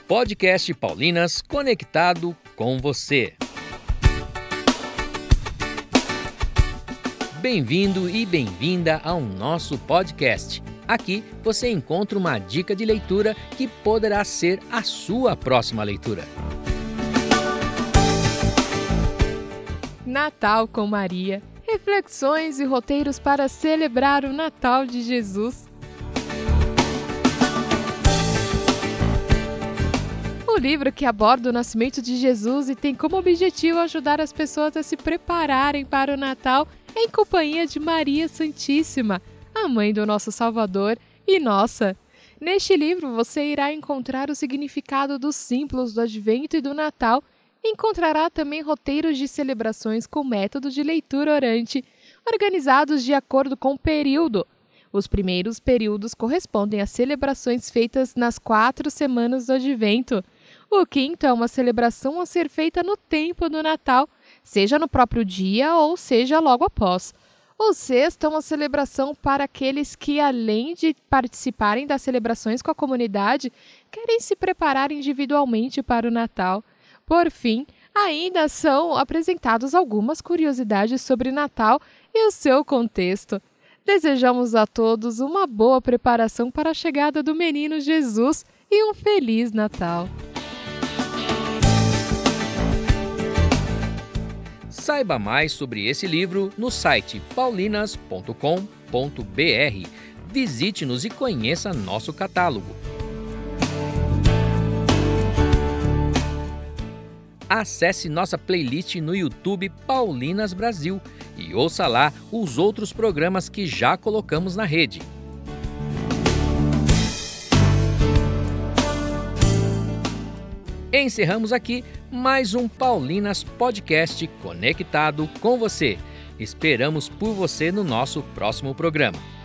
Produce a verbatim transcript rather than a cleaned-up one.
Podcast Paulinas conectado com você. Bem-vindo e bem-vinda ao nosso podcast. Aqui você encontra uma dica de leitura que poderá ser a sua próxima leitura. Natal com Maria. Reflexões e roteiros para celebrar o Natal de Jesus. O livro que aborda o nascimento de Jesus e tem como objetivo ajudar as pessoas a se prepararem para o Natal em companhia de Maria Santíssima, a mãe do nosso Salvador e nossa. Neste livro você irá encontrar o significado dos símbolos do Advento e do Natal. Encontrará também roteiros de celebrações com método de leitura orante, organizados de acordo com o período. Os primeiros períodos correspondem às celebrações feitas nas quatro semanas do Advento. O quinto é uma celebração a ser feita no tempo do Natal, seja no próprio dia ou seja logo após. O sexto é uma celebração para aqueles que, além de participarem das celebrações com a comunidade, querem se preparar individualmente para o Natal. Por fim, ainda são apresentadas algumas curiosidades sobre Natal e o seu contexto. Desejamos a todos uma boa preparação para a chegada do menino Jesus e um Feliz Natal! Saiba mais sobre esse livro no site paulinas ponto com ponto br. Visite-nos e conheça nosso catálogo. Acesse nossa playlist no YouTube Paulinas Brasil e ouça lá os outros programas que já colocamos na rede. Encerramos aqui mais um Paulinas Podcast conectado com você. Esperamos por você no nosso próximo programa.